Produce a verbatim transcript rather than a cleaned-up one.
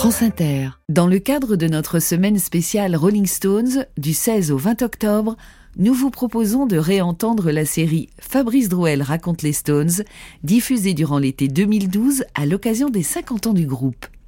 France Inter. Dans le cadre de notre semaine spéciale Rolling Stones, du seize au vingt octobre, nous vous proposons de réentendre la série Fabrice Drouel raconte les Stones, diffusée durant l'été deux mille douze à l'occasion des cinquante ans du groupe.